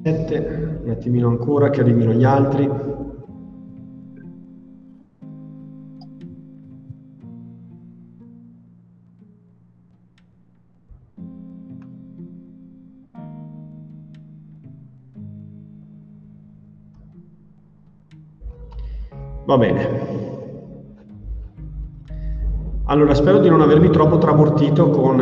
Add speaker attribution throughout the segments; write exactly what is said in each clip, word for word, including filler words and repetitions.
Speaker 1: sette, un attimino ancora che arrivino gli altri. Va bene. Allora, spero di non avervi troppo tramortito con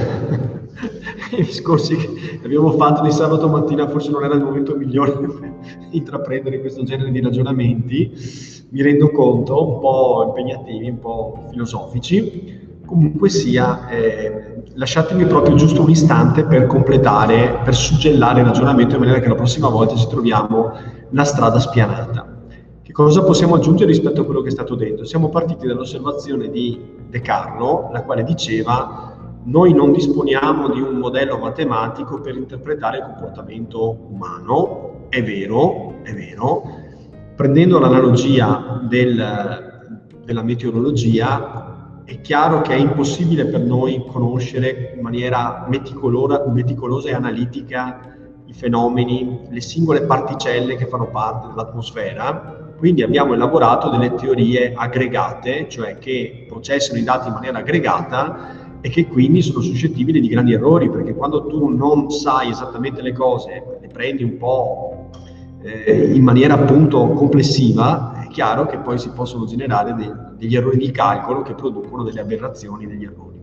Speaker 1: eh, i discorsi che abbiamo fatto di sabato mattina. Forse non era il momento migliore per intraprendere questo genere di ragionamenti, mi rendo conto, un po' impegnativi, un po' filosofici. Comunque sia, eh, lasciatemi proprio giusto un istante per completare, per suggellare il ragionamento, in maniera che la prossima volta ci troviamo la strada spianata. Che cosa possiamo aggiungere rispetto a quello che è stato detto? Siamo partiti dall'osservazione di De Carlo, la quale diceva: noi non disponiamo di un modello matematico per interpretare il comportamento umano. È vero, è vero. Prendendo l'analogia del, della meteorologia, è chiaro che è impossibile per noi conoscere in maniera meticolosa e analitica i fenomeni, le singole particelle che fanno parte dell'atmosfera. Quindi abbiamo elaborato delle teorie aggregate, cioè che processano i dati in maniera aggregata e che quindi sono suscettibili di grandi errori, perché quando tu non sai esattamente le cose, le prendi un po' eh, in maniera appunto complessiva, è chiaro che poi si possono generare dei, degli errori di calcolo che producono delle aberrazioni, degli errori.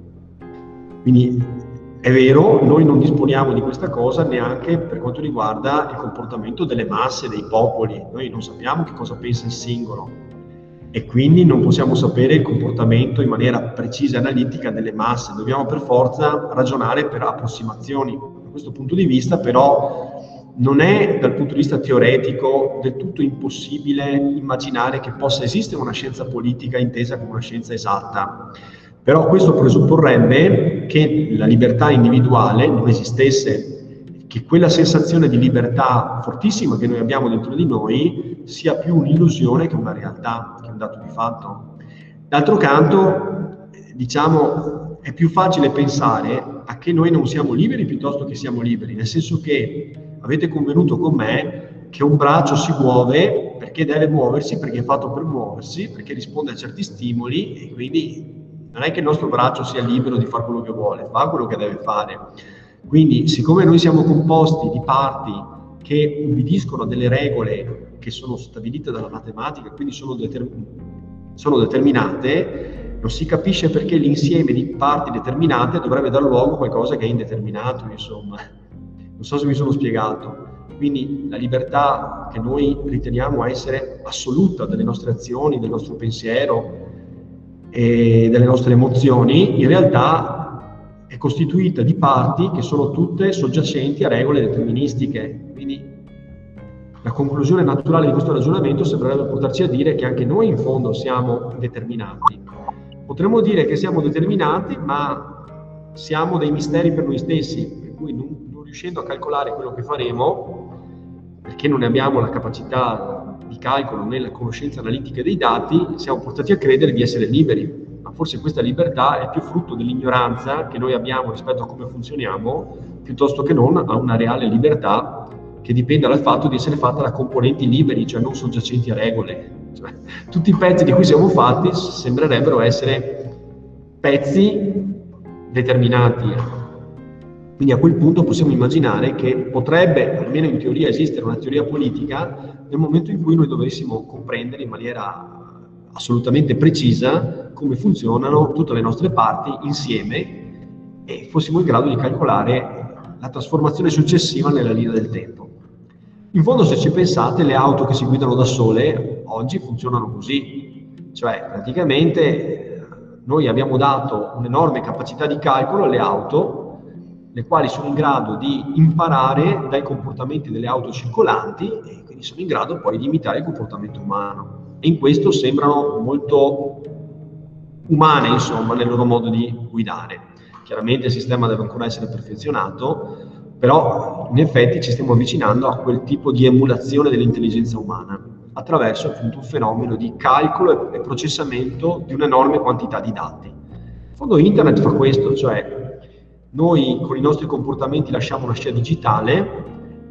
Speaker 1: Quindi è vero, noi non disponiamo di questa cosa neanche per quanto riguarda il comportamento delle masse, dei popoli. Noi non sappiamo che cosa pensa il singolo e quindi non possiamo sapere il comportamento in maniera precisa e analitica delle masse. Dobbiamo per forza ragionare per approssimazioni. Da questo punto di vista però non è, dal punto di vista teoretico, del tutto impossibile immaginare che possa esistere una scienza politica intesa come una scienza esatta. Però questo presupporrebbe che la libertà individuale non esistesse, che quella sensazione di libertà fortissima che noi abbiamo dentro di noi sia più un'illusione che una realtà, che un dato di fatto. D'altro canto, diciamo, è più facile pensare a che noi non siamo liberi piuttosto che siamo liberi, nel senso che avete convenuto con me che un braccio si muove perché deve muoversi, perché è fatto per muoversi, perché risponde a certi stimoli e quindi non è che il nostro braccio sia libero di fare quello che vuole, fa quello che deve fare. Quindi, siccome noi siamo composti di parti che ubbidiscono a delle regole che sono stabilite dalla matematica, quindi sono, determin- sono determinate, non si capisce perché l'insieme di parti determinate dovrebbe dar luogo a qualcosa che è indeterminato, insomma. Non so se mi sono spiegato. Quindi la libertà che noi riteniamo essere assoluta delle nostre azioni, del nostro pensiero e delle nostre emozioni, in realtà è costituita di parti che sono tutte soggiacenti a regole deterministiche. Quindi la conclusione naturale di questo ragionamento sembrerebbe portarci a dire che anche noi in fondo siamo determinati. Potremmo dire che siamo determinati, ma siamo dei misteri per noi stessi, per cui non, non riuscendo a calcolare quello che faremo, perché non ne abbiamo la capacità di calcolo né la conoscenza analitica dei dati, siamo portati a credere di essere liberi. Ma forse questa libertà è più frutto dell'ignoranza che noi abbiamo rispetto a come funzioniamo, piuttosto che non a una reale libertà che dipende dal fatto di essere fatta da componenti liberi, cioè non soggiacenti a regole. Cioè, tutti i pezzi di cui siamo fatti sembrerebbero essere pezzi determinati. Quindi a quel punto possiamo immaginare che potrebbe, almeno in teoria, esistere una teoria politica nel momento in cui noi dovessimo comprendere in maniera assolutamente precisa come funzionano tutte le nostre parti insieme e fossimo in grado di calcolare la trasformazione successiva nella linea del tempo. In fondo, se ci pensate, le auto che si guidano da sole oggi funzionano così, cioè praticamente noi abbiamo dato un'enorme capacità di calcolo alle auto, le quali sono in grado di imparare dai comportamenti delle auto circolanti e quindi sono in grado poi di imitare il comportamento umano. E in questo sembrano molto umane, insomma, nel loro modo di guidare. Chiaramente il sistema deve ancora essere perfezionato, però in effetti ci stiamo avvicinando a quel tipo di emulazione dell'intelligenza umana attraverso appunto un fenomeno di calcolo e processamento di un'enorme quantità di dati. In fondo internet fa questo, cioè noi con i nostri comportamenti lasciamo una scia digitale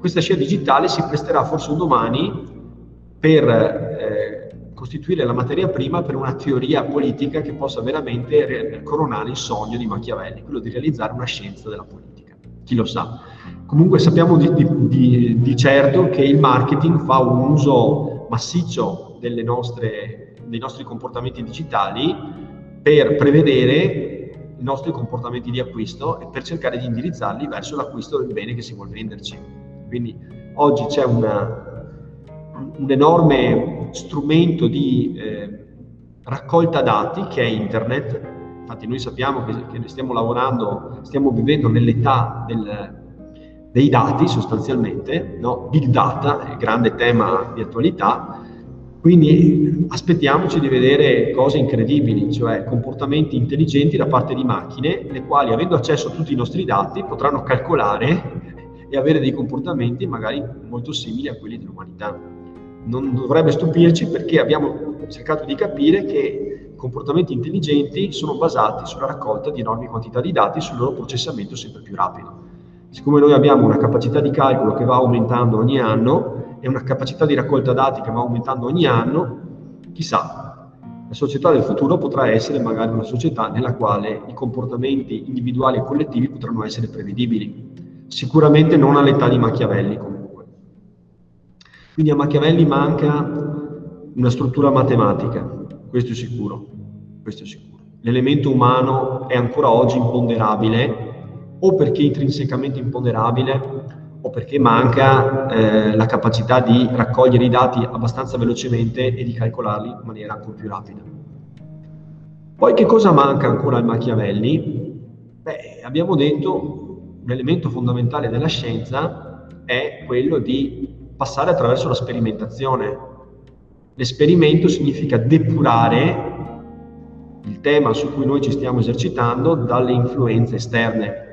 Speaker 1: questa scia digitale si presterà forse un domani per eh, costituire la materia prima per una teoria politica che possa veramente re- coronare il sogno di Machiavelli, quello di realizzare una scienza della politica. Chi lo sa? Comunque sappiamo di, di, di, di certo che il marketing fa un uso massiccio delle nostre, dei nostri comportamenti digitali per prevedere i nostri comportamenti di acquisto e per cercare di indirizzarli verso l'acquisto del bene che si vuol venderci. Quindi oggi c'è una, un enorme strumento di eh, raccolta dati che è internet. Infatti noi sappiamo che, che stiamo lavorando, stiamo vivendo nell'età del dei dati sostanzialmente, no? Big data, il grande tema di attualità, quindi aspettiamoci di vedere cose incredibili, cioè comportamenti intelligenti da parte di macchine, le quali avendo accesso a tutti i nostri dati potranno calcolare e avere dei comportamenti magari molto simili a quelli dell'umanità. Non dovrebbe stupirci perché abbiamo cercato di capire che comportamenti intelligenti sono basati sulla raccolta di enormi quantità di dati e sul loro processamento sempre più rapido. Siccome noi abbiamo una capacità di calcolo che va aumentando ogni anno e una capacità di raccolta dati che va aumentando ogni anno, chissà, la società del futuro potrà essere magari una società nella quale i comportamenti individuali e collettivi potranno essere prevedibili. Sicuramente non all'età di Machiavelli comunque. Quindi a Machiavelli manca una struttura matematica, questo è sicuro, questo è sicuro. L'elemento umano è ancora oggi imponderabile, o perché intrinsecamente imponderabile o perché manca eh, la capacità di raccogliere i dati abbastanza velocemente e di calcolarli in maniera ancora più rapida. Poi che cosa manca ancora al Machiavelli? Beh, abbiamo detto un elemento fondamentale della scienza è quello di passare attraverso la sperimentazione. L'esperimento significa depurare il tema su cui noi ci stiamo esercitando dalle influenze esterne.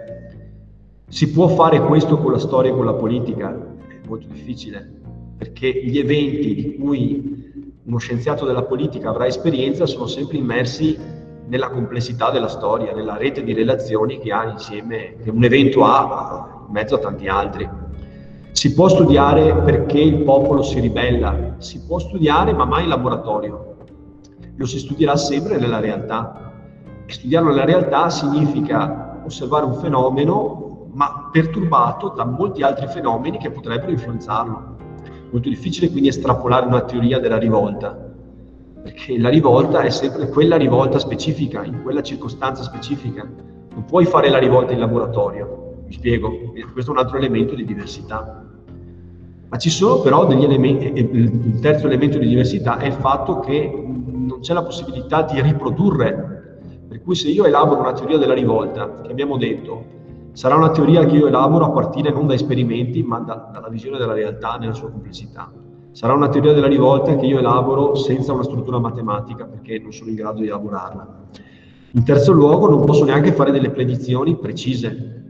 Speaker 1: Si può fare questo con la storia e con la politica? È molto difficile, perché gli eventi di cui uno scienziato della politica avrà esperienza sono sempre immersi nella complessità della storia, nella rete di relazioni che ha insieme, che un evento ha in mezzo a tanti altri. Si può studiare perché il popolo si ribella, si può studiare ma mai in laboratorio, lo si studierà sempre nella realtà. E studiarlo nella realtà significa osservare un fenomeno ma perturbato da molti altri fenomeni che potrebbero influenzarlo. Molto difficile quindi estrapolare una teoria della rivolta, perché la rivolta è sempre quella rivolta specifica, in quella circostanza specifica. Non puoi fare la rivolta in laboratorio, vi spiego, questo è un altro elemento di diversità. Ma ci sono però degli elementi, e il terzo elemento di diversità è il fatto che non c'è la possibilità di riprodurre, per cui se io elaboro una teoria della rivolta, che abbiamo detto, sarà una teoria che io elaboro a partire non da esperimenti, ma da, dalla visione della realtà nella sua complessità. Sarà una teoria della rivolta che io elaboro senza una struttura matematica, perché non sono in grado di elaborarla. In terzo luogo, non posso neanche fare delle predizioni precise.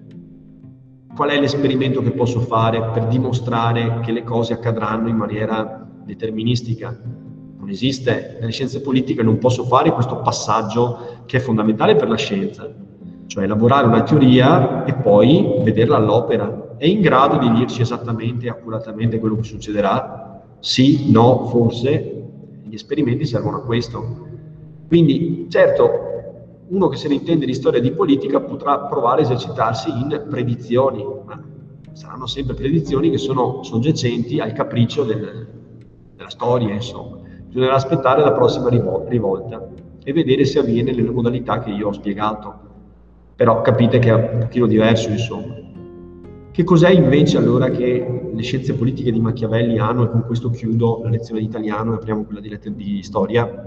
Speaker 1: Qual è l'esperimento che posso fare per dimostrare che le cose accadranno in maniera deterministica? Non esiste. Nelle scienze politiche non posso fare questo passaggio che è fondamentale per la scienza. Cioè elaborare una teoria e poi vederla all'opera. È in grado di dirci esattamente e accuratamente quello che succederà? Sì, no, forse. Gli esperimenti servono a questo. Quindi, certo, uno che se ne intende di storia e di politica potrà provare a esercitarsi in predizioni, ma saranno sempre predizioni che sono soggiacenti al capriccio del, della storia, insomma. Bisognerà aspettare la prossima rivolta e vedere se avviene nelle modalità che io ho spiegato. Però capite che è un pochino diverso, insomma. Che cos'è invece allora che le scienze politiche di Machiavelli hanno, e con questo chiudo la lezione di italiano e apriamo quella di, let- di storia.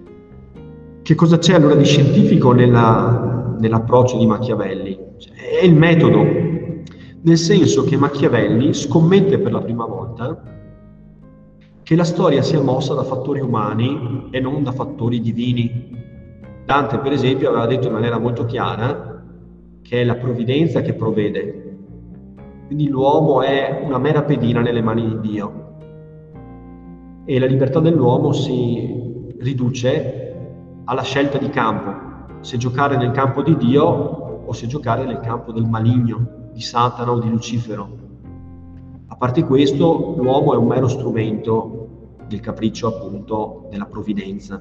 Speaker 1: Che cosa c'è allora di scientifico nella, nell'approccio di Machiavelli? Cioè, è il metodo, nel senso che Machiavelli scommette per la prima volta che la storia sia mossa da fattori umani e non da fattori divini. Dante, per esempio, aveva detto in maniera molto chiara che è la provvidenza che provvede. Quindi l'uomo è una mera pedina nelle mani di Dio. E la libertà dell'uomo si riduce alla scelta di campo, se giocare nel campo di Dio o se giocare nel campo del maligno, di Satana o di Lucifero. A parte questo, l'uomo è un mero strumento del capriccio, appunto, della provvidenza.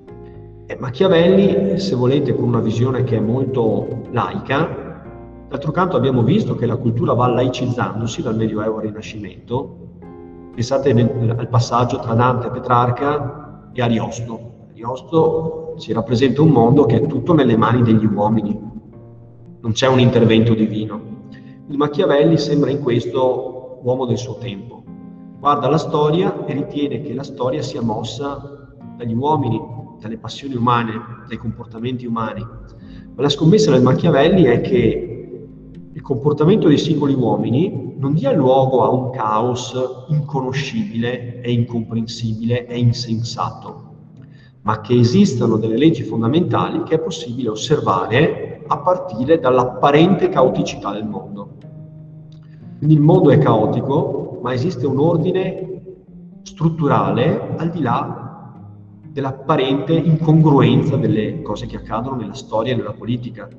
Speaker 1: E Machiavelli, se volete, con una visione che è molto laica. D'altro canto abbiamo visto che la cultura va laicizzandosi dal Medioevo al Rinascimento. Pensate nel, al passaggio tra Dante, Petrarca e Ariosto. Ariosto ci rappresenta un mondo che è tutto nelle mani degli uomini, non c'è un intervento divino. Il Machiavelli sembra in questo uomo del suo tempo. Guarda la storia e ritiene che la storia sia mossa dagli uomini, dalle passioni umane, dai comportamenti umani. Ma la scommessa del Machiavelli è che il comportamento dei singoli uomini non dia luogo a un caos inconoscibile e incomprensibile e insensato, ma che esistano delle leggi fondamentali che è possibile osservare a partire dall'apparente caoticità del mondo. Quindi il mondo è caotico, ma esiste un ordine strutturale al di là dell'apparente incongruenza delle cose che accadono nella storia e nella politica.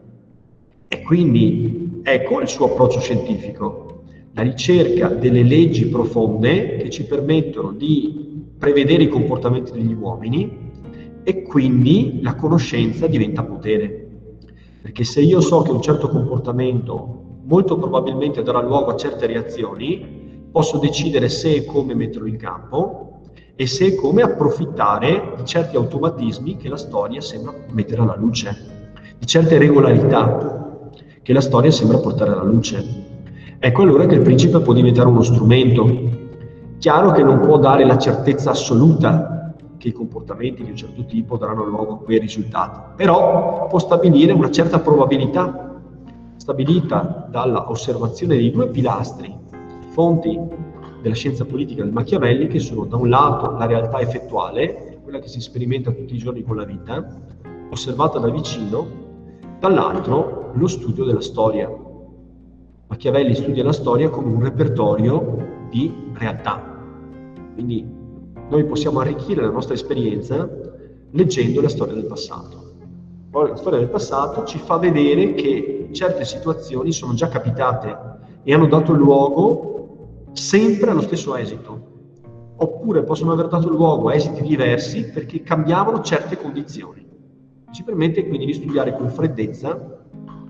Speaker 1: E quindi ecco il suo approccio scientifico, la ricerca delle leggi profonde che ci permettono di prevedere i comportamenti degli uomini, e quindi la conoscenza diventa potere. Perché se io so che un certo comportamento molto probabilmente darà luogo a certe reazioni, posso decidere se e come metterlo in campo e se e come approfittare di certi automatismi che la storia sembra mettere alla luce, di certe regolarità che la storia sembra portare alla luce. Ecco allora che il principe può diventare uno strumento. Chiaro che non può dare la certezza assoluta che i comportamenti di un certo tipo daranno luogo a quei risultati, però può stabilire una certa probabilità, stabilita dalla osservazione dei due pilastri, fonti della scienza politica del Machiavelli, che sono da un lato la realtà effettuale, quella che si sperimenta tutti i giorni con la vita, osservata da vicino, dall'altro lo studio della storia. Machiavelli studia la storia come un repertorio di realtà, quindi noi possiamo arricchire la nostra esperienza leggendo la storia del passato. Poi la storia del passato ci fa vedere che certe situazioni sono già capitate e hanno dato luogo sempre allo stesso esito, oppure possono aver dato luogo a esiti diversi perché cambiavano certe condizioni. Ci permette quindi di studiare con freddezza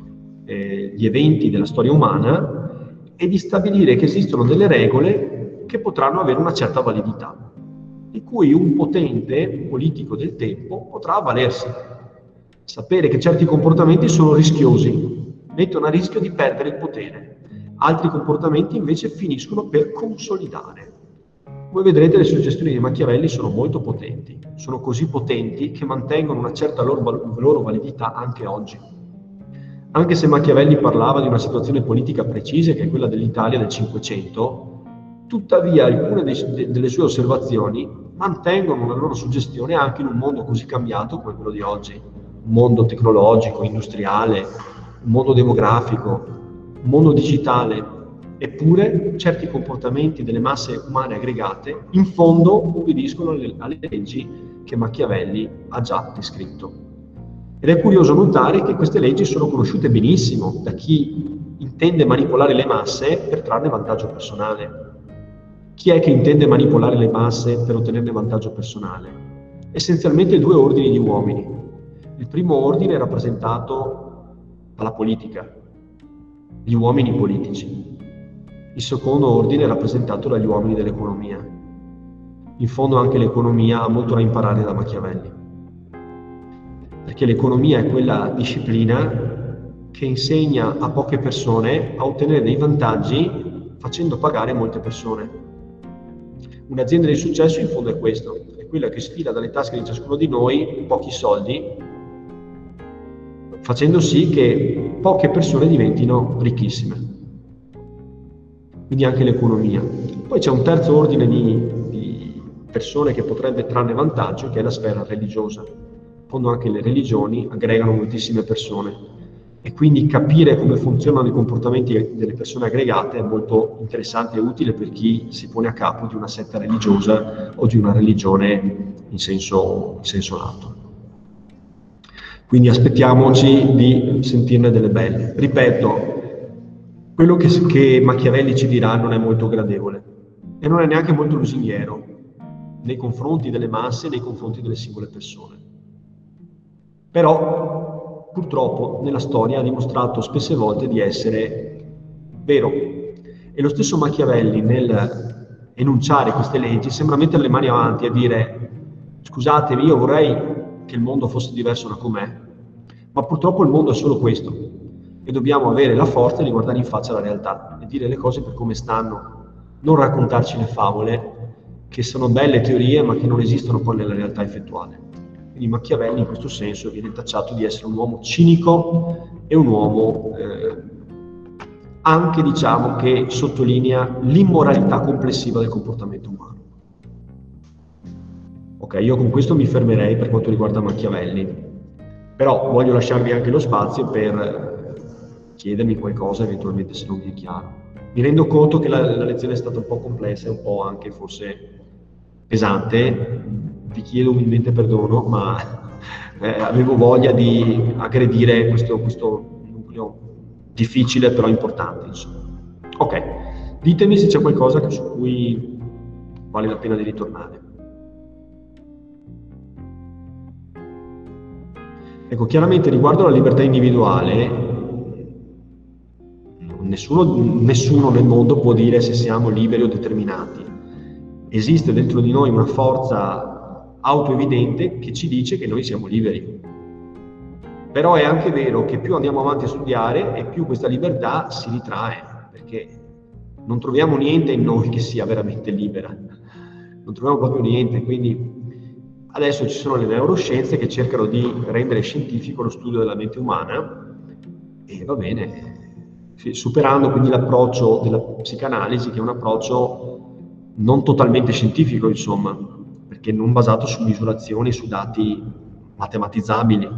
Speaker 1: eh, gli eventi della storia umana e di stabilire che esistono delle regole che potranno avere una certa validità, di cui un potente politico del tempo potrà avvalersi. Sapere che certi comportamenti sono rischiosi, mettono a rischio di perdere il potere, altri comportamenti invece finiscono per consolidare. Come vedrete, le suggestioni di Machiavelli sono molto potenti, sono così potenti che mantengono una certa loro, loro validità anche oggi. Anche se Machiavelli parlava di una situazione politica precisa, che è quella dell'Italia del Cinquecento, tuttavia alcune dei, delle sue osservazioni mantengono una loro suggestione anche in un mondo così cambiato come quello di oggi, un mondo tecnologico, industriale, un mondo demografico, un mondo digitale. Eppure certi comportamenti delle masse umane aggregate in fondo ubbidiscono alle, alle leggi che Machiavelli ha già descritto. Ed è curioso notare che queste leggi sono conosciute benissimo da chi intende manipolare le masse per trarne vantaggio personale. Chi è che intende manipolare le masse per ottenerne vantaggio personale? Essenzialmente due ordini di uomini. Il primo ordine è rappresentato dalla politica, gli uomini politici. Il secondo ordine è rappresentato dagli uomini dell'economia. In fondo anche l'economia ha molto da imparare da Machiavelli, perché l'economia è quella disciplina che insegna a poche persone a ottenere dei vantaggi facendo pagare molte persone. Un'azienda di successo in fondo è questo, è quella che sfila dalle tasche di ciascuno di noi pochi soldi, facendo sì che poche persone diventino ricchissime. Quindi anche l'economia. Poi c'è un terzo ordine di, di persone che potrebbe trarne vantaggio, che è la sfera religiosa. In fondo anche le religioni aggregano moltissime persone e quindi capire come funzionano i comportamenti delle persone aggregate è molto interessante e utile per chi si pone a capo di una setta religiosa o di una religione in senso, in senso lato. Quindi aspettiamoci di sentirne delle belle. Ripeto, quello che, che Machiavelli ci dirà non è molto gradevole e non è neanche molto lusinghiero nei confronti delle masse, nei confronti delle singole persone. Però purtroppo nella storia ha dimostrato spesse volte di essere vero. E lo stesso Machiavelli nel enunciare queste leggi sembra mettere le mani avanti e dire: scusatevi, io vorrei che il mondo fosse diverso da com'è, ma purtroppo il mondo è solo questo e dobbiamo avere la forza di guardare in faccia la realtà e dire le cose per come stanno, non raccontarci le favole che sono belle teorie ma che non esistono poi nella realtà effettuale. Quindi Machiavelli in questo senso viene tacciato di essere un uomo cinico e un uomo eh, anche, diciamo, che sottolinea l'immoralità complessiva del comportamento umano. Ok, io con questo mi fermerei per quanto riguarda Machiavelli, però voglio lasciarvi anche lo spazio per chiedermi qualcosa eventualmente se non vi è chiaro. Mi rendo conto che la, la lezione è stata un po' complessa e un po' anche forse pesante, vi chiedo umilmente perdono, ma eh, avevo voglia di aggredire questo, questo nucleo difficile però importante, insomma. Ok, ditemi se c'è qualcosa su cui vale la pena di ritornare. Ecco, chiaramente riguardo alla libertà individuale, nessuno, nessuno nel mondo può dire se siamo liberi o determinati. Esiste dentro di noi una forza autoevidente che ci dice che noi siamo liberi. Però è anche vero che più andiamo avanti a studiare e più questa libertà si ritrae, perché non troviamo niente in noi che sia veramente libera. Non troviamo proprio niente, quindi adesso ci sono le neuroscienze che cercano di rendere scientifico lo studio della mente umana e va bene, superando quindi l'approccio della psicanalisi, che è un approccio non totalmente scientifico, insomma, perché non basato su misurazioni, su dati matematizzabili.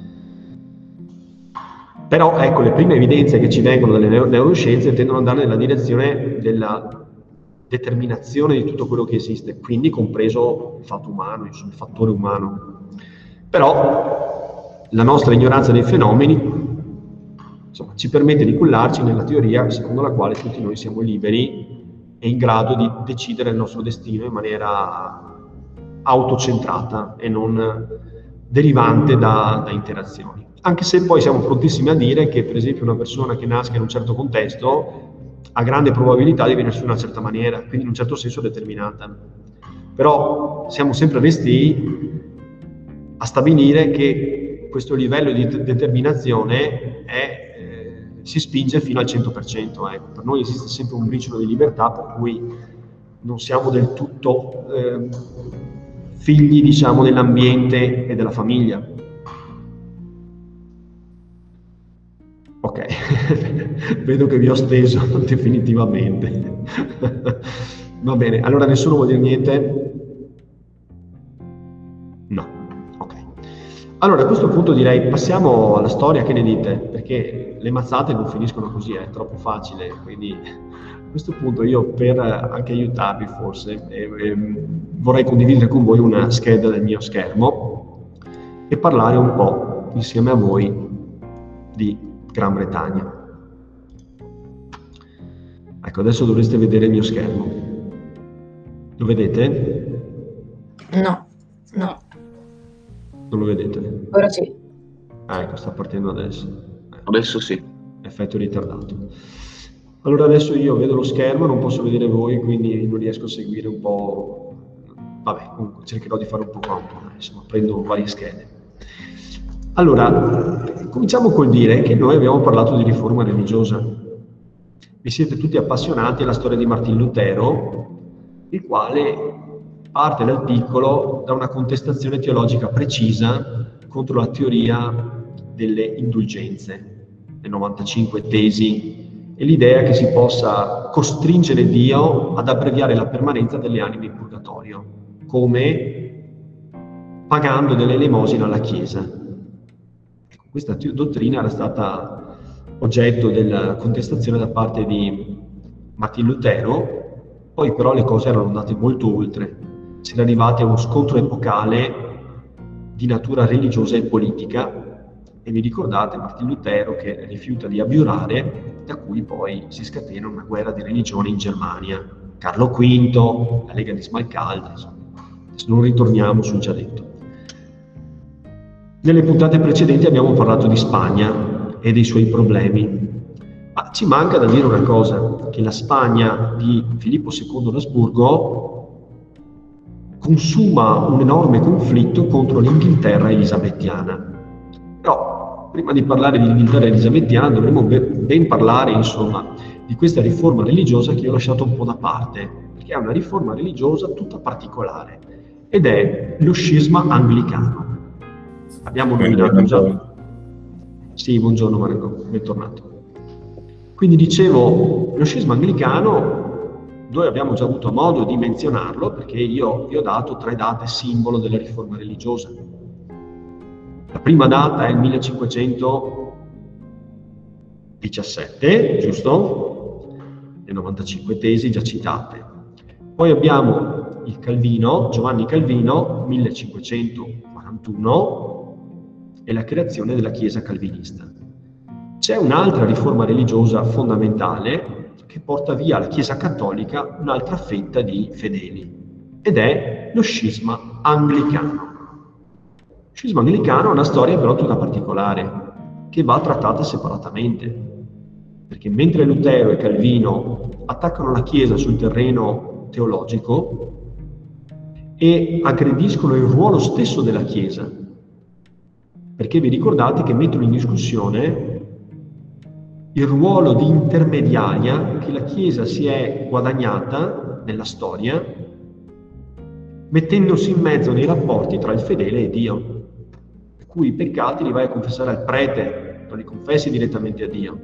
Speaker 1: Però ecco, le prime evidenze che ci vengono dalle neuroscienze tendono ad andare nella direzione della determinazione di tutto quello che esiste, quindi compreso il fatto umano, insomma, il fattore umano. Però la nostra ignoranza dei fenomeni, insomma, ci permette di cullarci nella teoria secondo la quale tutti noi siamo liberi e in grado di decidere il nostro destino in maniera autocentrata e non derivante da, da interazioni. Anche se poi siamo prontissimi a dire che, per esempio, una persona che nasca in un certo contesto ha grande probabilità di venirsi in una certa maniera, quindi in un certo senso determinata. Però siamo sempre resti a stabilire che questo livello di de- determinazione è, eh, si spinge fino al cento per cento. Eh. Per noi esiste sempre un briciolo di libertà, per cui non siamo del tutto eh, figli, diciamo, dell'ambiente e della famiglia. Ok, vedo che vi ho steso definitivamente. Va bene, allora nessuno vuol dire niente? No, ok. Allora a questo punto direi passiamo alla storia, che ne dite? Perché le mazzate non finiscono così, è troppo facile, quindi a questo punto io, per anche aiutarvi forse, eh, eh, vorrei condividere con voi una scheda del mio schermo e parlare un po' insieme a voi di Gran Bretagna. Ecco, adesso dovreste vedere il mio schermo. Lo vedete?
Speaker 2: No, no.
Speaker 1: Non lo vedete?
Speaker 2: Ora sì.
Speaker 1: Ah, ecco, sta partendo adesso. Eh.
Speaker 3: Adesso sì.
Speaker 1: Effetto ritardato. Allora adesso io vedo lo schermo, non posso vedere voi, quindi non riesco a seguire un po'. Vabbè, comunque cercherò di fare un po' conto, insomma, prendo varie schede. Allora, cominciamo col dire che noi abbiamo parlato di riforma religiosa. Vi siete tutti appassionati alla storia di Martin Lutero, il quale parte dal piccolo da una contestazione teologica precisa contro la teoria delle indulgenze, le novantacinque tesi, e l'idea che si possa costringere Dio ad abbreviare la permanenza delle anime in purgatorio, come pagando delle elemosine alla Chiesa. Questa dottrina era stata oggetto della contestazione da parte di Martin Lutero, poi però le cose erano andate molto oltre. Si era arrivati a uno scontro epocale di natura religiosa e politica, E vi ricordate Martin Lutero che rifiuta di abiurare, da cui poi si scatena una guerra di religione in Germania. Carlo quinto, la Lega di Smalcalda, insomma. Adesso non ritorniamo sul già detto. Nelle puntate precedenti abbiamo parlato di Spagna e dei suoi problemi. Ma ci manca da dire una cosa, che la Spagna di Filippo secondo d'Asburgo consuma un enorme conflitto contro l'Inghilterra elisabettiana. Però, prima di parlare di Inghilterra elisabettiana, dovremmo ben parlare, insomma, di questa riforma religiosa che io ho lasciato un po' da parte, perché è una riforma religiosa tutta particolare, ed è lo scisma anglicano. Abbiamo nominato già... Sì, buongiorno Marco, bentornato. Quindi dicevo, lo scisma anglicano, noi abbiamo già avuto modo di menzionarlo, perché io vi ho dato tre date simbolo della riforma religiosa. La prima data è il millecinquecentodiciassette, giusto? Le novantacinque tesi già citate. Poi abbiamo il Calvino, Giovanni Calvino, millecinquecentoquarantuno, e la creazione della Chiesa calvinista. C'è un'altra riforma religiosa fondamentale che porta via alla Chiesa cattolica un'altra fetta di fedeli, ed è lo scisma anglicano. Lo scisma anglicano ha una storia però tutta particolare, che va trattata separatamente, perché mentre Lutero e Calvino attaccano la Chiesa sul terreno teologico e aggrediscono il ruolo stesso della Chiesa, perché vi ricordate che mettono in discussione il ruolo di intermediaria che la Chiesa si è guadagnata nella storia, mettendosi in mezzo nei rapporti tra il fedele e Dio, per cui i peccati li vai a confessare al prete, non li confessi direttamente a Dio.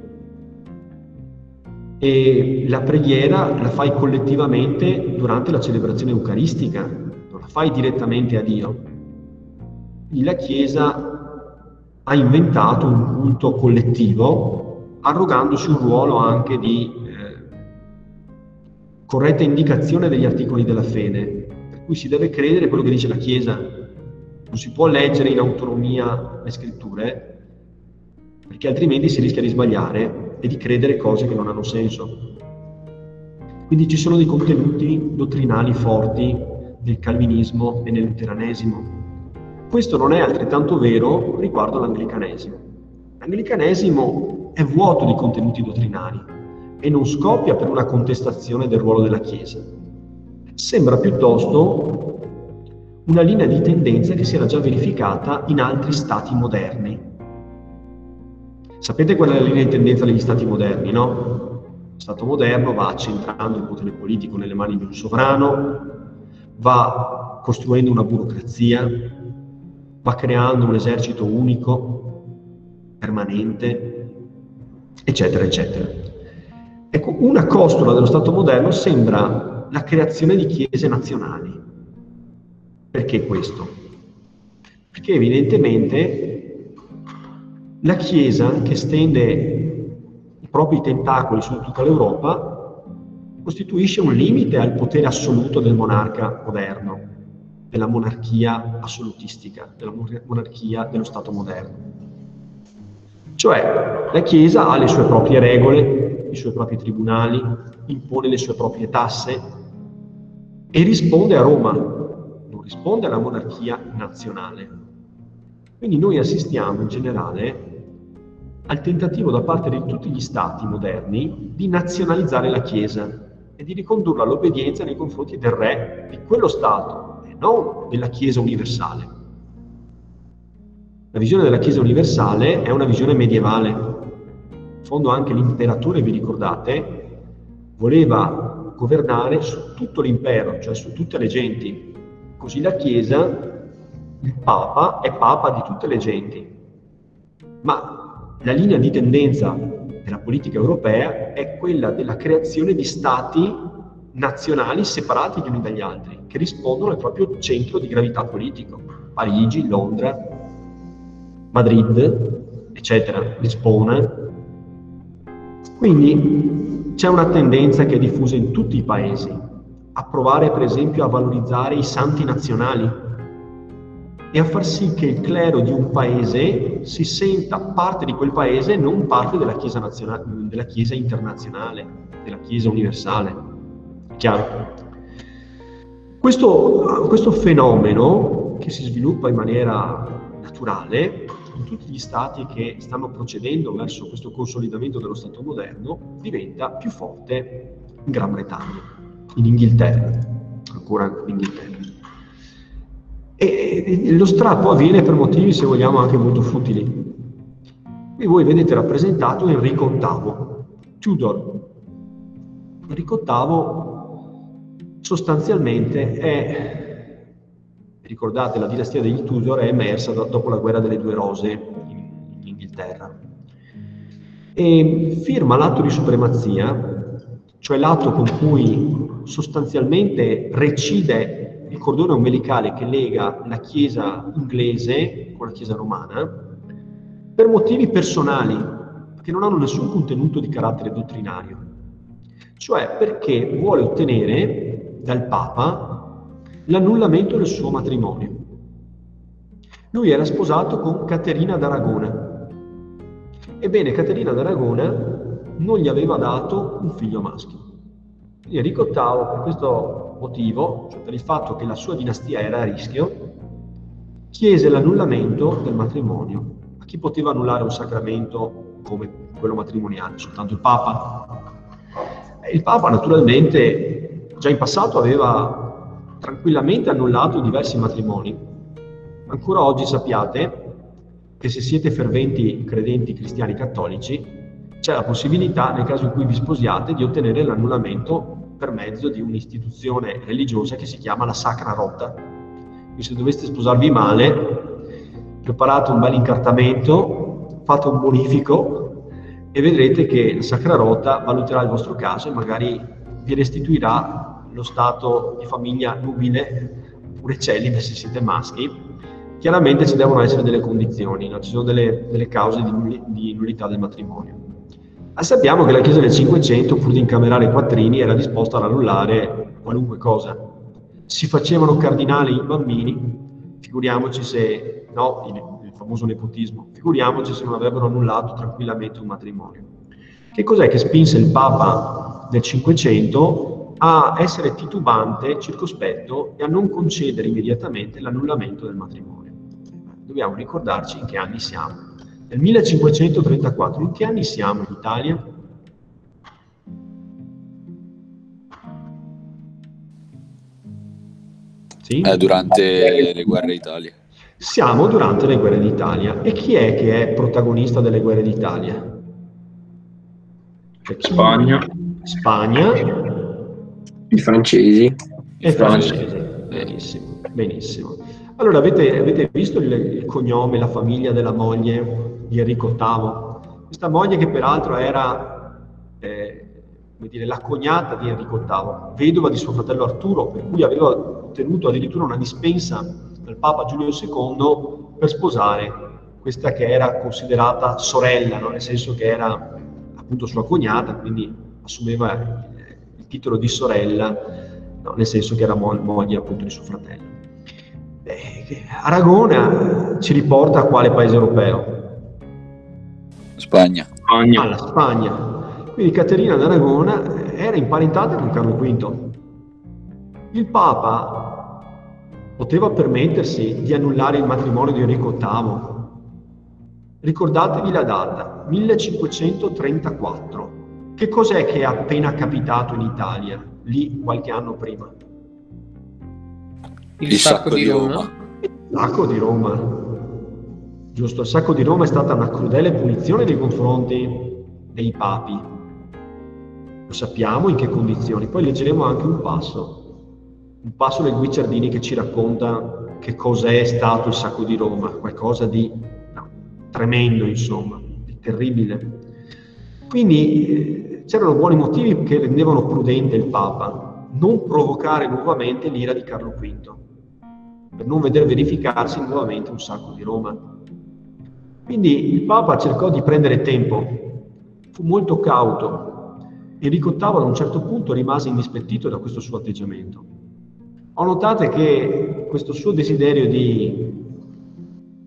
Speaker 1: E la preghiera la fai collettivamente durante la celebrazione eucaristica, non la fai direttamente a Dio. Quindi la Chiesa ha inventato un culto collettivo, arrogandosi un ruolo anche di eh, corretta indicazione degli articoli della fede, per cui si deve credere quello che dice la Chiesa, non si può leggere in autonomia le scritture, perché altrimenti si rischia di sbagliare e di credere cose che non hanno senso. Quindi ci sono dei contenuti dottrinali forti nel calvinismo e nel luteranesimo. Questo non è altrettanto vero riguardo all'anglicanesimo. L'anglicanesimo è vuoto di contenuti dottrinali e non scoppia per una contestazione del ruolo della Chiesa. Sembra piuttosto una linea di tendenza che si era già verificata in altri stati moderni. Sapete qual è la linea di tendenza degli stati moderni, no? Lo Stato moderno va accentrando il potere politico nelle mani di un sovrano, va costruendo una burocrazia, va creando un esercito unico, permanente, eccetera, eccetera. Ecco, una costola dello Stato moderno sembra la creazione di chiese nazionali. Perché questo? Perché evidentemente la Chiesa, che stende i propri tentacoli su tutta l'Europa, costituisce un limite al potere assoluto del monarca moderno, della monarchia assolutistica, della monarchia dello Stato moderno. Cioè, la Chiesa ha le sue proprie regole, i suoi propri tribunali, impone le sue proprie tasse e risponde a Roma, non risponde alla monarchia nazionale. Quindi noi assistiamo in generale al tentativo da parte di tutti gli stati moderni di nazionalizzare la Chiesa e di ricondurla all'obbedienza nei confronti del re di quello Stato, non della Chiesa universale. La visione della Chiesa universale è una visione medievale. In fondo anche l'imperatore, vi ricordate, voleva governare su tutto l'impero, cioè su tutte le genti. Così la Chiesa, il Papa, è Papa di tutte le genti. Ma la linea di tendenza della politica europea è quella della creazione di stati nazionali separati gli uni dagli altri, che rispondono al proprio centro di gravità politico. Parigi, Londra, Madrid, eccetera, Lisbona. Quindi c'è una tendenza che è diffusa in tutti i paesi a provare per esempio a valorizzare i santi nazionali. e a far sì che il clero di un paese si senta parte di quel paese e non parte della Chiesa nazionale, della Chiesa internazionale, della Chiesa universale. Chiaro? Questo, questo fenomeno, che si sviluppa in maniera naturale in tutti gli stati che stanno procedendo verso questo consolidamento dello Stato moderno, diventa più forte in Gran Bretagna, in Inghilterra, ancora in Inghilterra. E, e lo strappo avviene per motivi, se vogliamo, anche molto futili. Qui voi vedete rappresentato Enrico ottavo, Tudor. Enrico ottavo sostanzialmente è, ricordate, la dinastia degli Tudor è emersa do, dopo la guerra delle due rose in, in Inghilterra, e firma l'atto di supremazia, cioè l'atto con cui sostanzialmente recide il cordone ombelicale che lega la Chiesa inglese con la Chiesa romana, per motivi personali, che non hanno nessun contenuto di carattere dottrinario, cioè perché vuole ottenere dal Papa l'annullamento del suo matrimonio. Lui era sposato con Caterina d'Aragona. Ebbene, Caterina d'Aragona non gli aveva dato un figlio maschio. Quindi Enrico ottavo, per questo motivo, cioè per il fatto che la sua dinastia era a rischio, chiese l'annullamento del matrimonio. A chi poteva annullare un sacramento come quello matrimoniale? Soltanto il Papa. E il Papa naturalmente già in passato aveva tranquillamente annullato diversi matrimoni. Ancora oggi sappiate che se siete ferventi credenti cristiani cattolici, c'è la possibilità, nel caso in cui vi sposiate, di ottenere l'annullamento per mezzo di un'istituzione religiosa che si chiama la Sacra Rota. Quindi se doveste sposarvi male, preparate un bel incartamento, fate un bonifico e vedrete che la Sacra Rota valuterà il vostro caso e magari vi restituirà lo stato di famiglia nubile, oppure celibe se siete maschi. Chiaramente ci devono essere delle condizioni, no? Ci sono delle, delle cause di, di nullità del matrimonio. Ma sappiamo che la Chiesa del Cinquecento, pur di incamerare i quattrini, era disposta ad annullare qualunque cosa. Si facevano cardinali i bambini, figuriamoci se, no, il, il famoso nepotismo, figuriamoci se non avrebbero annullato tranquillamente un matrimonio. Che cos'è che spinse il Papa del Cinquecento a essere titubante, circospetto e a non concedere immediatamente l'annullamento del matrimonio? Dobbiamo ricordarci in che anni siamo. Nel millecinquecentotrentaquattro, in che anni siamo in Italia? Sì?
Speaker 3: Eh, durante le guerre d'Italia.
Speaker 1: Siamo durante le guerre d'Italia. E chi è che è protagonista delle guerre d'Italia?
Speaker 4: Spagna.
Speaker 1: Spagna.
Speaker 4: I francesi.
Speaker 1: E i francesi. Benissimo, benissimo. Allora, avete, avete visto il, il cognome, la famiglia della moglie di Enrico ottavo? Questa moglie che peraltro era eh, come dire, la cognata di Enrico ottavo, vedova di suo fratello Arturo, per cui aveva ottenuto addirittura una dispensa dal Papa Giulio secondo per sposare questa che era considerata sorella, no? Nel senso che era appunto sua cognata, quindi assumeva il, il titolo di sorella, no? Nel senso che era mo- moglie appunto di suo fratello. Aragona ci riporta a quale paese europeo?
Speaker 3: Spagna.
Speaker 4: Spagna.
Speaker 1: Alla Spagna. Quindi Caterina d'Aragona era imparentata con Carlo quinto. Il Papa poteva permettersi di annullare il matrimonio di Enrico ottavo. Ricordatevi la data, millecinquecentotrentaquattro. Che cos'è che è appena capitato in Italia, lì qualche anno prima?
Speaker 5: Il, il sacco, sacco di Roma. Roma.
Speaker 1: Il sacco di Roma. Giusto, il sacco di Roma è stata una crudele punizione nei confronti dei papi. Lo sappiamo in che condizioni. Poi leggeremo anche un passo, un passo del Guicciardini che ci racconta che cos'è stato il sacco di Roma, qualcosa di no, tremendo, insomma, di terribile. Quindi eh, c'erano buoni motivi che rendevano prudente il Papa non provocare nuovamente l'ira di Carlo quinto, per non vedere verificarsi nuovamente un sacco di Roma. Quindi il Papa cercò di prendere tempo, fu molto cauto. Enrico ottavo ad un certo punto rimase indispettito da questo suo atteggiamento. Ho notato che questo suo desiderio di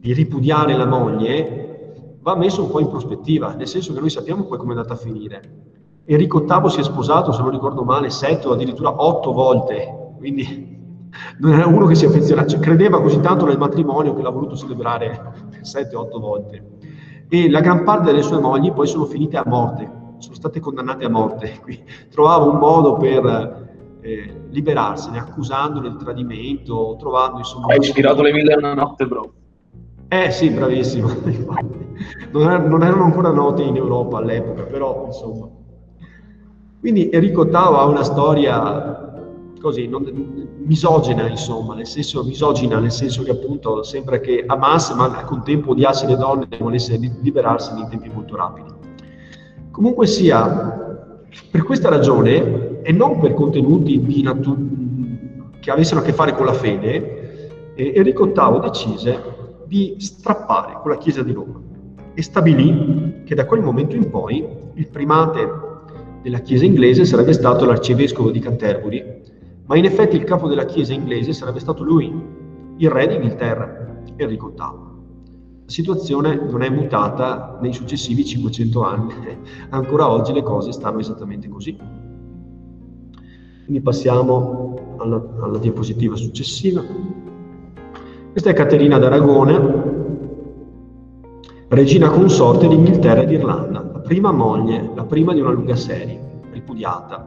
Speaker 1: di ripudiare la moglie va messo un po' in prospettiva, nel senso che noi sappiamo poi come è andata a finire. Enrico ottavo si è sposato, se non ricordo male, sette o addirittura otto volte, quindi non era uno che si affezionava, cioè, credeva così tanto nel matrimonio che l'ha voluto celebrare sette otto volte. E la gran parte delle sue mogli poi sono finite a morte, sono state condannate a morte, quindi trovava un modo per eh, liberarsene, accusandole di tradimento, trovando insomma...
Speaker 5: Hai ispirato le mille e una notte, bro.
Speaker 1: Eh sì, bravissimo, non, erano, non erano ancora note in Europa all'epoca, però insomma. Quindi Enrico ottavo ha una storia così, non, misogina insomma, nel senso misogina, nel senso che appunto sembra che amasse ma al contempo odiasse le donne e volesse liberarsi in tempi molto rapidi. Comunque sia, per questa ragione e non per contenuti di natu- che avessero a che fare con la fede, eh, Enrico ottavo decise di strappare con la Chiesa di Roma e stabilì che da quel momento in poi il primate della Chiesa inglese sarebbe stato l'arcivescovo di Canterbury, ma in effetti il capo della Chiesa inglese sarebbe stato lui, il re d'Inghilterra, Enrico ottavo. La situazione non è mutata nei successivi cinquecento anni, ancora oggi le cose stanno esattamente così. Quindi passiamo alla, alla diapositiva successiva. Questa è Caterina d'Aragona, regina consorte d'Inghilterra e d'Irlanda, la prima moglie, la prima di una lunga serie, ripudiata.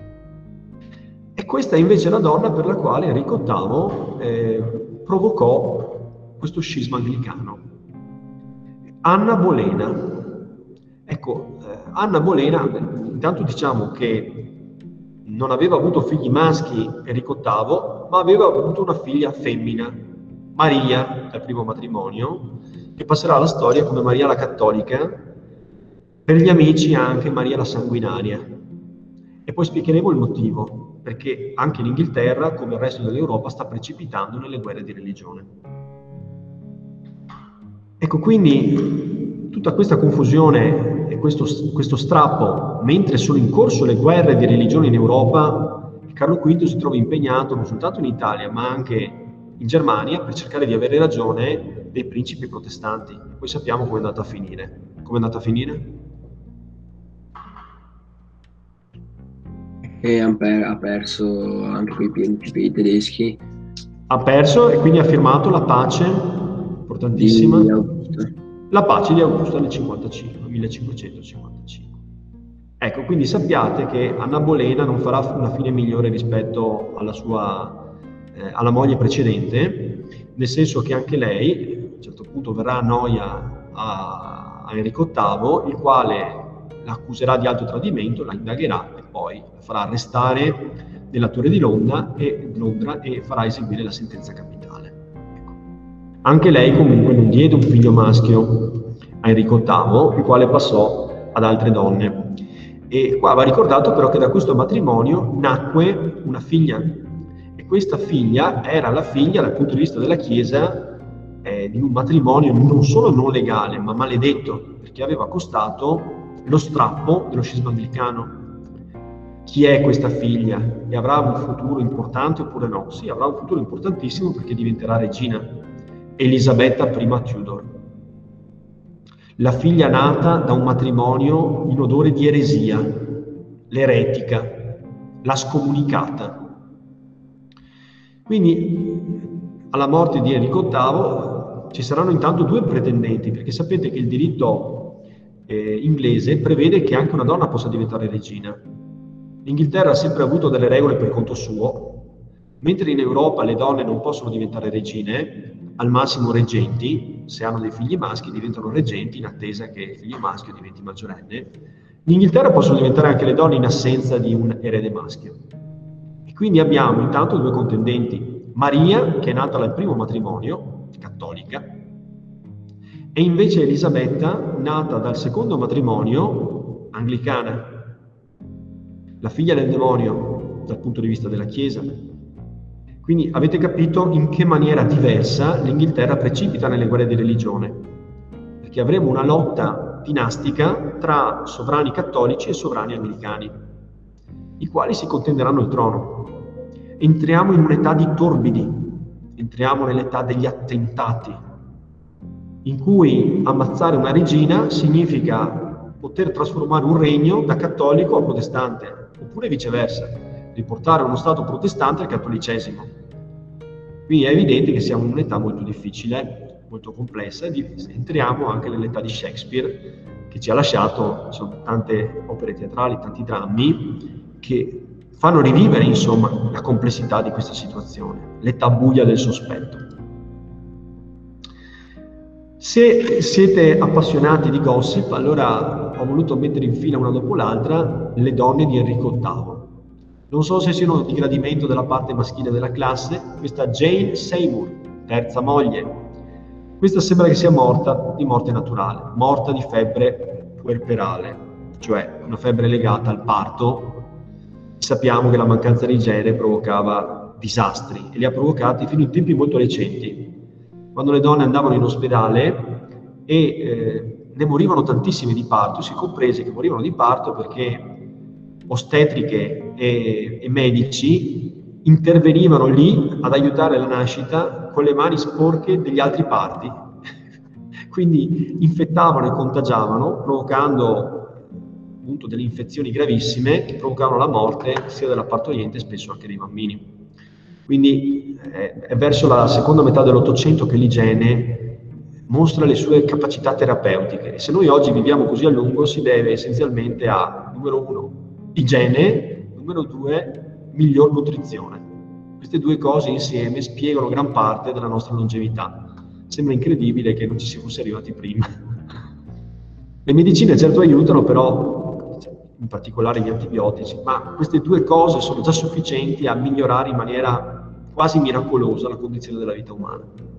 Speaker 1: E questa è invece la donna per la quale Enrico ottavo eh, provocò questo scisma anglicano. Anna Bolena. Ecco, eh, Anna Bolena, intanto diciamo che non aveva avuto figli maschi Enrico ottavo, ma aveva avuto una figlia femmina, Maria, dal primo matrimonio, che passerà alla storia come Maria la Cattolica, per gli amici anche Maria la Sanguinaria. E poi spiegheremo il motivo, perché anche l'Inghilterra, come il resto dell'Europa, sta precipitando nelle guerre di religione. Ecco, quindi tutta questa confusione e questo, questo strappo, mentre sono in corso le guerre di religione in Europa, Carlo quinto si trova impegnato non soltanto in Italia, ma anche in Germania per cercare di avere ragione dei principi protestanti. E poi sappiamo come è andata a finire. Come è andata a finire?
Speaker 4: E ha, per- ha perso anche quei principi tedeschi.
Speaker 1: Ha perso e quindi ha firmato la pace, importantissima,
Speaker 4: Di Augusto.
Speaker 1: la pace di Augusto nel cinquantacinque, millecinquecentocinquantacinque. Ecco, quindi sappiate che Anna Bolena non farà una fine migliore rispetto alla sua, eh, alla moglie precedente, nel senso che anche lei, a un certo punto, verrà a noia a, a Enrico ottavo, il quale la accuserà di alto tradimento, la indagherà e poi la farà arrestare nella Torre di Londra e, Londra e farà eseguire la sentenza capitale. Ecco. Anche lei comunque non diede un figlio maschio a Enrico ottavo, il quale passò ad altre donne. E qua va ricordato però che da questo matrimonio nacque una figlia, e questa figlia era la figlia, dal punto di vista della Chiesa, eh, di un matrimonio non solo non legale, ma maledetto, perché aveva costato lo strappo dello scisma anglicano. Chi è questa figlia? E avrà un futuro importante oppure no? Sì, avrà un futuro importantissimo perché diventerà regina. Elisabetta prima Tudor. La figlia nata da un matrimonio in odore di eresia, l'eretica, la scomunicata. Quindi, alla morte di Enrico ottavo, ci saranno intanto due pretendenti, perché sapete che il diritto eh, inglese prevede che anche una donna possa diventare regina. L'Inghilterra ha sempre avuto delle regole per conto suo, mentre in Europa le donne non possono diventare regine, al massimo reggenti. Se hanno dei figli maschi diventano reggenti in attesa che il figlio maschio diventi maggiorenne. In Inghilterra possono diventare anche le donne in assenza di un erede maschio. E quindi abbiamo intanto due contendenti: Maria, che è nata dal primo matrimonio, cattolica, e invece Elisabetta, nata dal secondo matrimonio, anglicana, la figlia del demonio dal punto di vista della Chiesa. Quindi avete capito in che maniera diversa l'Inghilterra precipita nelle guerre di religione, perché avremo una lotta dinastica tra sovrani cattolici e sovrani anglicani, i quali si contenderanno il trono. Entriamo in un'età di torbidi, entriamo nell'età degli attentati, in cui ammazzare una regina significa poter trasformare un regno da cattolico a protestante, oppure viceversa, riportare uno Stato protestante al cattolicesimo. Quindi è evidente che siamo in un'età molto difficile, molto complessa, e entriamo anche nell'età di Shakespeare, che ci ha lasciato insomma, tante opere teatrali, tanti drammi, che fanno rivivere insomma, la complessità di questa situazione, l'età buia del sospetto. Se siete appassionati di gossip, allora ho voluto mettere in fila una dopo l'altra le donne di Enrico ottavo. Non so se siano di gradimento della parte maschile della classe, questa Jane Seymour, terza moglie. Questa sembra che sia morta di morte naturale, morta di febbre puerperale, cioè una febbre legata al parto. Sappiamo che la mancanza di igiene provocava disastri e li ha provocati fino in tempi molto recenti, quando le donne andavano in ospedale e eh, ne morivano tantissime di parto. Si comprese che morivano di parto perché ostetriche e, e medici intervenivano lì ad aiutare la nascita con le mani sporche degli altri parti. Quindi infettavano e contagiavano, provocando appunto delle infezioni gravissime che provocavano la morte sia della partoriente e spesso anche dei bambini. Quindi eh, è verso la seconda metà dell'Ottocento che l'igiene mostra le sue capacità terapeutiche. E se noi oggi viviamo così a lungo si deve essenzialmente a, numero uno, igiene, numero due, miglior nutrizione. Queste due cose insieme spiegano gran parte della nostra longevità. Sembra incredibile che non ci si fosse arrivati prima. Le medicine certo aiutano, però in particolare gli antibiotici, ma queste due cose sono già sufficienti a migliorare in maniera quasi miracolosa la condizione della vita umana.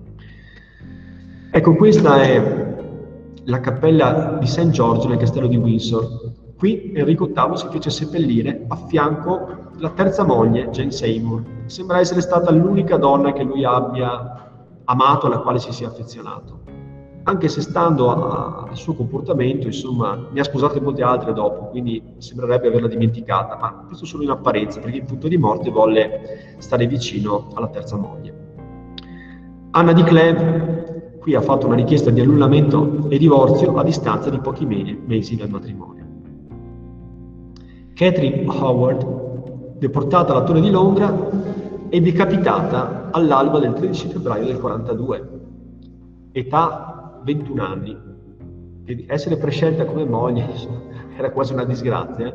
Speaker 1: Ecco, questa è la cappella di Saint George nel castello di Windsor. Qui Enrico ottavo si fece seppellire a fianco la terza moglie, Jane Seymour. Sembra essere stata l'unica donna che lui abbia amato, alla quale si sia affezionato. Anche se stando a, al suo comportamento, insomma, ne ha sposate molte altre dopo, quindi sembrerebbe averla dimenticata, ma questo solo in apparenza, perché in punto di morte volle stare vicino alla terza moglie. Anna di Clèves qui ha fatto una richiesta di annullamento e divorzio a distanza di pochi mesi dal matrimonio. Catherine Howard, deportata alla Torre di Londra e decapitata all'alba del tredici febbraio del quarantadue, età ventuno anni. E essere prescelta come moglie insomma, era quasi una disgrazia.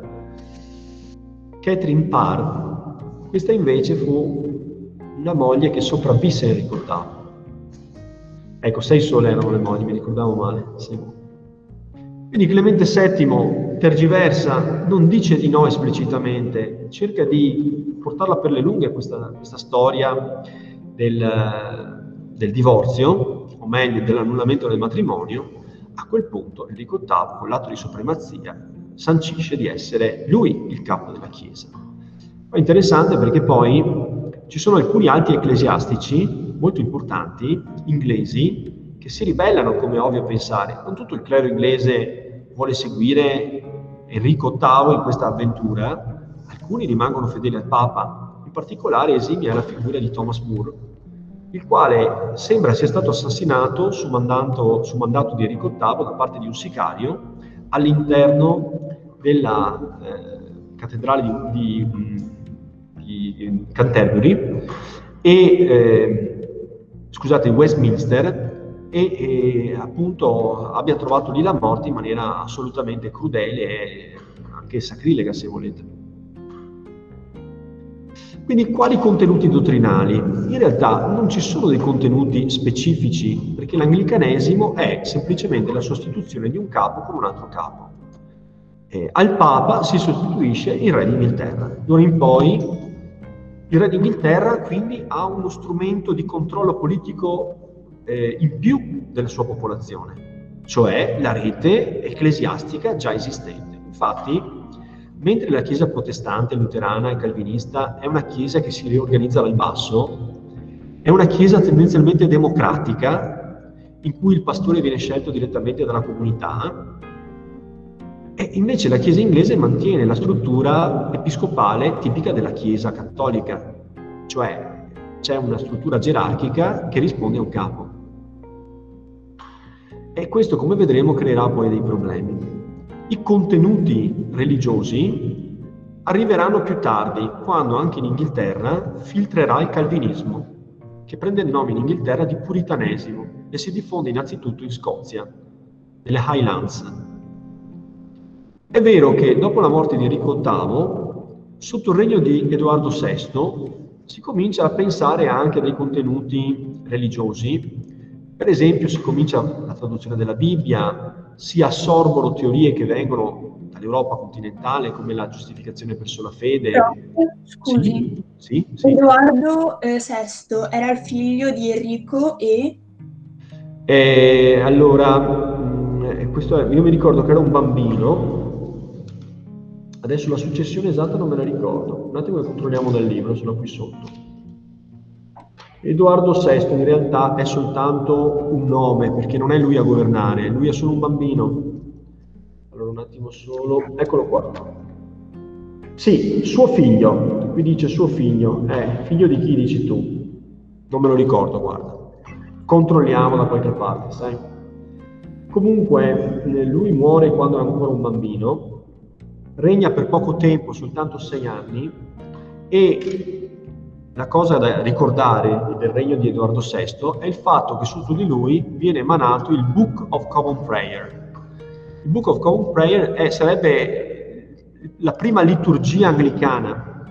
Speaker 1: Catherine Parr, questa invece fu una moglie che sopravvisse a Enrico ottavo. Ecco, sei sole erano le mogli, mi ricordavo male. Sì. Quindi Clemente settimo tergiversa, non dice di no esplicitamente, cerca di portarla per le lunghe questa, questa storia del, del divorzio, o meglio dell'annullamento del matrimonio. A quel punto Enrico ottavo, con l'atto di supremazia, sancisce di essere lui il capo della Chiesa. È interessante perché poi ci sono alcuni alti ecclesiastici molto importanti, inglesi, che si ribellano, come è ovvio pensare. Non tutto il clero inglese vuole seguire Enrico ottavo in questa avventura, alcuni rimangono fedeli al Papa, in particolare esimia è la figura di Thomas More, il quale sembra sia stato assassinato su mandato, su mandato di Enrico ottavo da parte di un sicario all'interno della eh, cattedrale di, di, di Canterbury e eh, scusate, Westminster, e, e appunto abbia trovato lì la morte in maniera assolutamente crudele e anche sacrilega, se volete. Quindi quali contenuti dottrinali? In realtà non ci sono dei contenuti specifici, perché l'anglicanesimo è semplicemente la sostituzione di un capo con un altro capo. Eh, al Papa si sostituisce il Re d'Inghilterra. D'ora in poi il Re d'Inghilterra quindi ha uno strumento di controllo politico eh, in più della sua popolazione, cioè la rete ecclesiastica già esistente. Infatti, mentre la Chiesa protestante, luterana e calvinista è una Chiesa che si riorganizza dal basso, è una Chiesa tendenzialmente democratica, in cui il pastore viene scelto direttamente dalla comunità, e invece la Chiesa inglese mantiene la struttura episcopale tipica della Chiesa cattolica, cioè c'è una struttura gerarchica che risponde a un capo. E questo, come vedremo, creerà poi dei problemi. I contenuti religiosi arriveranno più tardi, quando anche in Inghilterra filtrerà il calvinismo, che prende il nome in Inghilterra di puritanesimo e si diffonde innanzitutto in Scozia, nelle Highlands. È vero che dopo la morte di Enrico ottavo, sotto il regno di Edoardo sesto, si comincia a pensare anche a dei contenuti religiosi. Per esempio, si comincia la traduzione della Bibbia, si assorbono teorie che vengono dall'Europa continentale, come la giustificazione per sola fede.
Speaker 2: Però, scusi,
Speaker 1: Sì, sì, sì.
Speaker 2: Edoardo eh, sesto era il figlio di Enrico e...
Speaker 1: E allora, mh, questo è, io mi ricordo che era un bambino, adesso la successione esatta non me la ricordo, un attimo che controlliamo dal libro, sono qui sotto. Edoardo sesto in realtà è soltanto un nome, perché non è lui a governare, lui è solo un bambino. Allora un attimo solo, eccolo qua. Sì, suo figlio, qui dice suo figlio, eh, figlio di chi dici tu? Non me lo ricordo, guarda. Controlliamo da qualche parte, sai? Comunque, lui muore quando era ancora un bambino, regna per poco tempo, soltanto sei anni, e la cosa da ricordare del regno di Edoardo sesto è il fatto che sotto di lui viene emanato il Book of Common Prayer. Il Book of Common Prayer è, sarebbe la prima liturgia anglicana.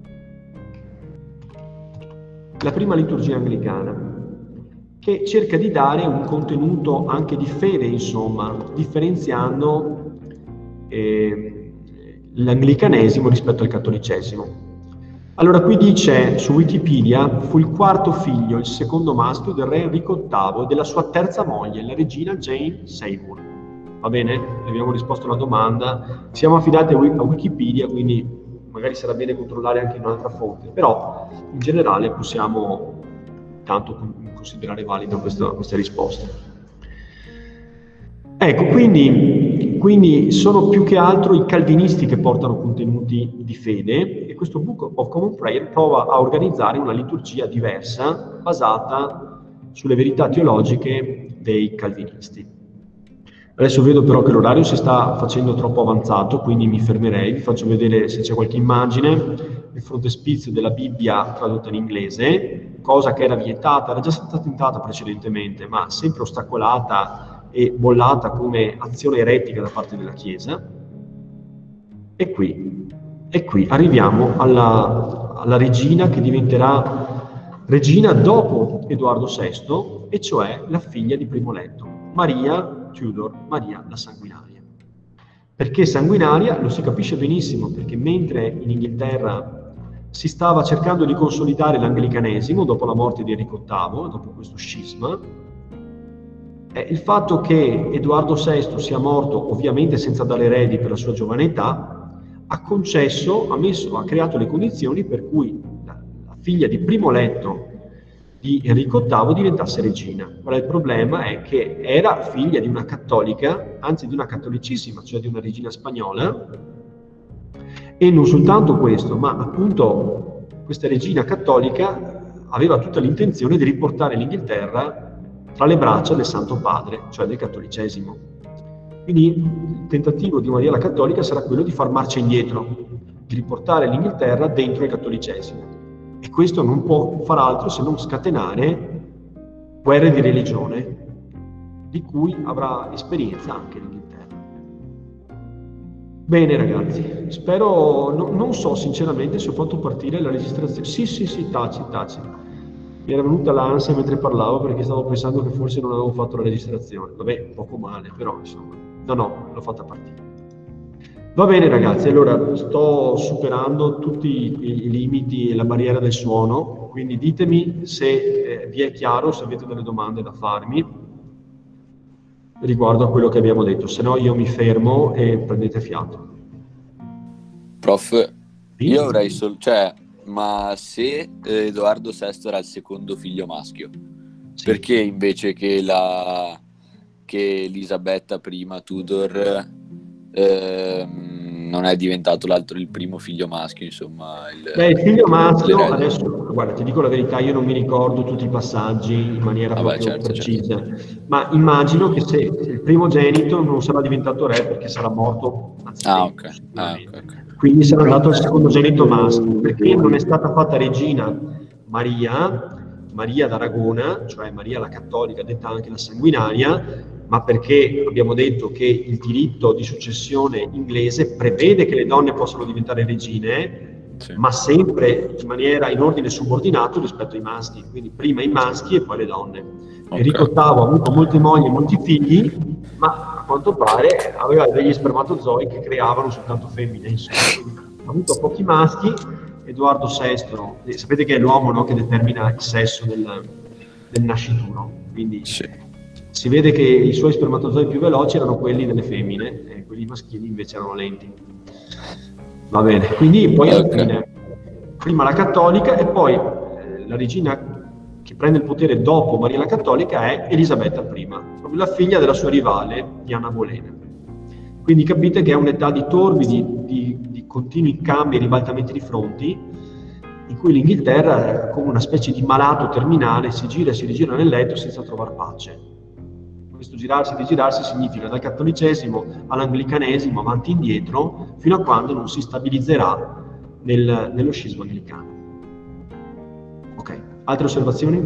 Speaker 1: La prima liturgia anglicana, che cerca di dare un contenuto anche di fede, insomma, differenziando eh, l'anglicanesimo rispetto al cattolicesimo. Allora qui dice su Wikipedia, fu il quarto figlio, il secondo maschio del re Enrico ottavo e della sua terza moglie, la regina Jane Seymour. Va bene? Abbiamo risposto alla domanda. Siamo affidati a Wikipedia, quindi magari sarà bene controllare anche un'altra fonte, però in generale possiamo tanto considerare valida questa, questa risposta. Ecco, quindi, quindi sono più che altro i calvinisti che portano contenuti di fede, e questo Book of Common Prayer prova a organizzare una liturgia diversa basata sulle verità teologiche dei calvinisti. Adesso vedo però che l'orario si sta facendo troppo avanzato, quindi mi fermerei, vi faccio vedere se c'è qualche immagine. Il frontespizio della Bibbia tradotta in inglese, cosa che era vietata, era già stata tentata precedentemente, ma sempre ostacolata e bollata come azione eretica da parte della Chiesa. E qui, e qui arriviamo alla, alla regina che diventerà regina dopo Edoardo sesto, e cioè la figlia di Primo Letto, Maria Tudor, Maria la Sanguinaria. Perché sanguinaria? Lo si capisce benissimo, perché mentre in Inghilterra si stava cercando di consolidare l'anglicanesimo dopo la morte di Enrico ottavo, dopo questo scisma, eh, il fatto che Edoardo sesto sia morto ovviamente senza dare eredi per la sua giovane età, ha concesso, ha, messo, ha creato le condizioni per cui la, la figlia di Primo Letto di Enrico ottavo diventasse regina. Ora il problema è che era figlia di una cattolica, anzi di una cattolicissima, cioè di una regina spagnola, e non soltanto questo, ma appunto questa regina cattolica aveva tutta l'intenzione di riportare l'Inghilterra tra le braccia del Santo Padre, cioè del cattolicesimo. Quindi il tentativo di Maria la Cattolica sarà quello di far marcia indietro, di riportare l'Inghilterra dentro il cattolicesimo. E questo non può far altro se non scatenare guerre di religione, di cui avrà esperienza anche l'Inghilterra. Bene ragazzi, spero, no, non so sinceramente se ho fatto partire la registrazione. Sì, sì, sì, taci, taci. Mi era venuta l'ansia mentre parlavo perché stavo pensando che forse non avevo fatto la registrazione. Vabbè, poco male, però insomma. No, no, l'ho fatta partire. Va bene ragazzi, allora sto superando tutti i, i limiti e la barriera del suono, quindi ditemi se eh, vi è chiaro, se avete delle domande da farmi riguardo a quello che abbiamo detto, se no io mi fermo e prendete fiato.
Speaker 3: Prof,
Speaker 1: Sì?
Speaker 3: io avrei solo, cioè, ma se eh, Edoardo sesto era il secondo figlio maschio,
Speaker 1: Sì.
Speaker 3: perché invece che la che Elisabetta prima Tudor ehm, non è diventato l'altro il primo figlio maschio, insomma. Il,
Speaker 1: Beh, il figlio maschio,
Speaker 3: l'erede.
Speaker 1: adesso, guarda, ti dico la verità, io non mi ricordo tutti i passaggi in maniera
Speaker 3: Vabbè,
Speaker 1: proprio
Speaker 3: certo,
Speaker 1: precisa, ma immagino che se il primogenito non sarà diventato re perché sarà morto
Speaker 3: Ah,
Speaker 1: anzitempo,
Speaker 3: ok.
Speaker 1: sicuramente.
Speaker 3: Ah, ok, ok.
Speaker 1: Quindi sarà andato al secondogenito maschio, perché non è stata fatta regina Maria, Maria d'Aragona, cioè Maria la cattolica, detta anche la sanguinaria, ma perché abbiamo detto che il diritto di successione inglese prevede che le donne possano diventare regine,
Speaker 3: Sì.
Speaker 1: ma sempre in maniera in ordine subordinato rispetto ai maschi, quindi prima i maschi e poi le donne.
Speaker 3: Ok.
Speaker 1: Enrico ottavo ha avuto molte mogli e molti figli, ma a quanto pare aveva degli spermatozoi che creavano soltanto femmine, insomma. Quindi ha avuto pochi maschi. Edoardo sesto, eh, sapete che è l'uomo, no, che determina il sesso del, del nascituro, quindi
Speaker 3: Sì.
Speaker 1: si vede che i suoi spermatozoi più veloci erano quelli delle femmine e quelli maschili invece erano lenti. Va bene, quindi poi alla
Speaker 3: Ok.
Speaker 1: fine, prima la cattolica e poi eh, la regina che prende il potere dopo Maria la Cattolica è Elisabetta I, proprio la figlia della sua rivale Diana Bolena. Quindi capite che è un'età di torbi, di, di, di continui cambi e ribaltamenti di fronti, in cui l'Inghilterra, come una specie di malato terminale, si gira e si rigira nel letto senza trovare pace. Questo girarsi e rigirarsi significa dal cattolicesimo all'anglicanesimo, avanti e indietro, fino a quando non si stabilizzerà nel, nello scisma anglicano. Ok, altre osservazioni?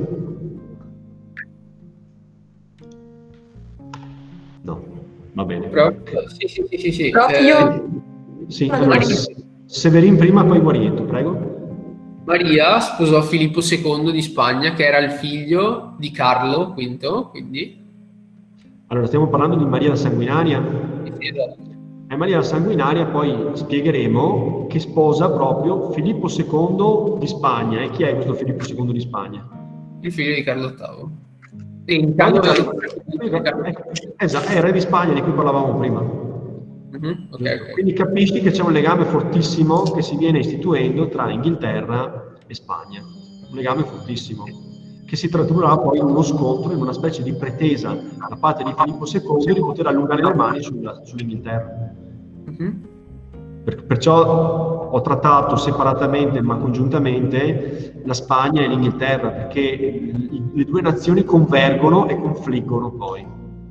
Speaker 1: No, va bene.
Speaker 5: Prof, sì, sì, sì, sì, sì.
Speaker 2: Prof,
Speaker 5: Eh,
Speaker 2: io...
Speaker 1: Sì,
Speaker 2: Vado,
Speaker 1: allora,
Speaker 2: vado.
Speaker 1: Severin prima, poi Guariento, prego.
Speaker 5: Maria sposò Filippo secondo di Spagna, che era il figlio di Carlo quinto, quindi...
Speaker 1: Allora, stiamo parlando di Maria la Sanguinaria.
Speaker 5: Sì, sì, esatto.
Speaker 1: E Maria la Sanguinaria poi spiegheremo che sposa proprio Filippo secondo di Spagna. E chi è questo Filippo secondo di Spagna?
Speaker 5: Il figlio di Carlo ottavo. Sì, in
Speaker 1: Quando
Speaker 5: Carlo...
Speaker 1: esatto, è il re di Spagna di cui parlavamo prima.
Speaker 5: Mhm, ok, ok.
Speaker 1: Quindi capisci che c'è un legame fortissimo che si viene istituendo tra Inghilterra e Spagna, un legame fortissimo, che si tradurrà poi in uno scontro, in una specie di pretesa da parte di Filippo secondo di poter allungare le mani sulla, sull'Inghilterra.
Speaker 5: Mhm.
Speaker 1: Per, perciò ho trattato separatamente ma congiuntamente la Spagna e l'Inghilterra, perché i, le due nazioni convergono e confliggono poi.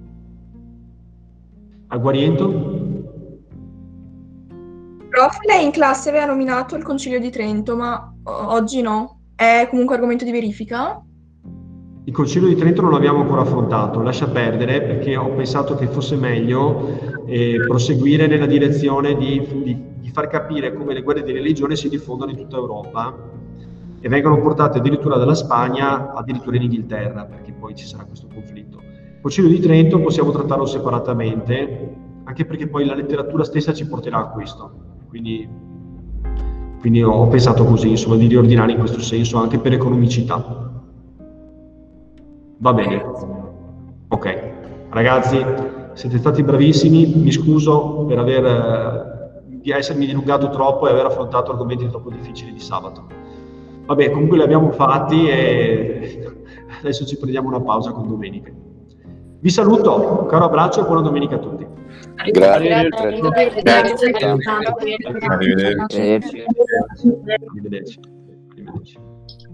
Speaker 1: A Guariento?
Speaker 2: Prof, lei in classe aveva nominato il Concilio di Trento, ma o- oggi no. È comunque argomento di verifica?
Speaker 1: Il Concilio di Trento non l'abbiamo ancora affrontato, lascia perdere perché ho pensato che fosse meglio eh, proseguire nella direzione di, di, di far capire come le guerre di religione si diffondono in tutta Europa e vengono portate addirittura dalla Spagna, addirittura in Inghilterra, perché poi ci sarà questo conflitto. Il Concilio di Trento possiamo trattarlo separatamente, anche perché poi la letteratura stessa ci porterà a questo. Quindi, quindi ho pensato così, insomma, di riordinare in questo senso, anche per economicità. Va bene. Ok. Ragazzi, siete stati bravissimi, mi scuso per aver, eh, di essermi dilungato troppo e aver affrontato argomenti troppo difficili di sabato. Vabbè, comunque li abbiamo fatti e adesso ci prendiamo una pausa con domenica. Vi saluto, un caro abbraccio e buona domenica a tutti.
Speaker 3: Grazie.
Speaker 6: Arrivederci.
Speaker 3: Grazie.
Speaker 7: Arrivederci.
Speaker 1: Arrivederci. Arrivederci.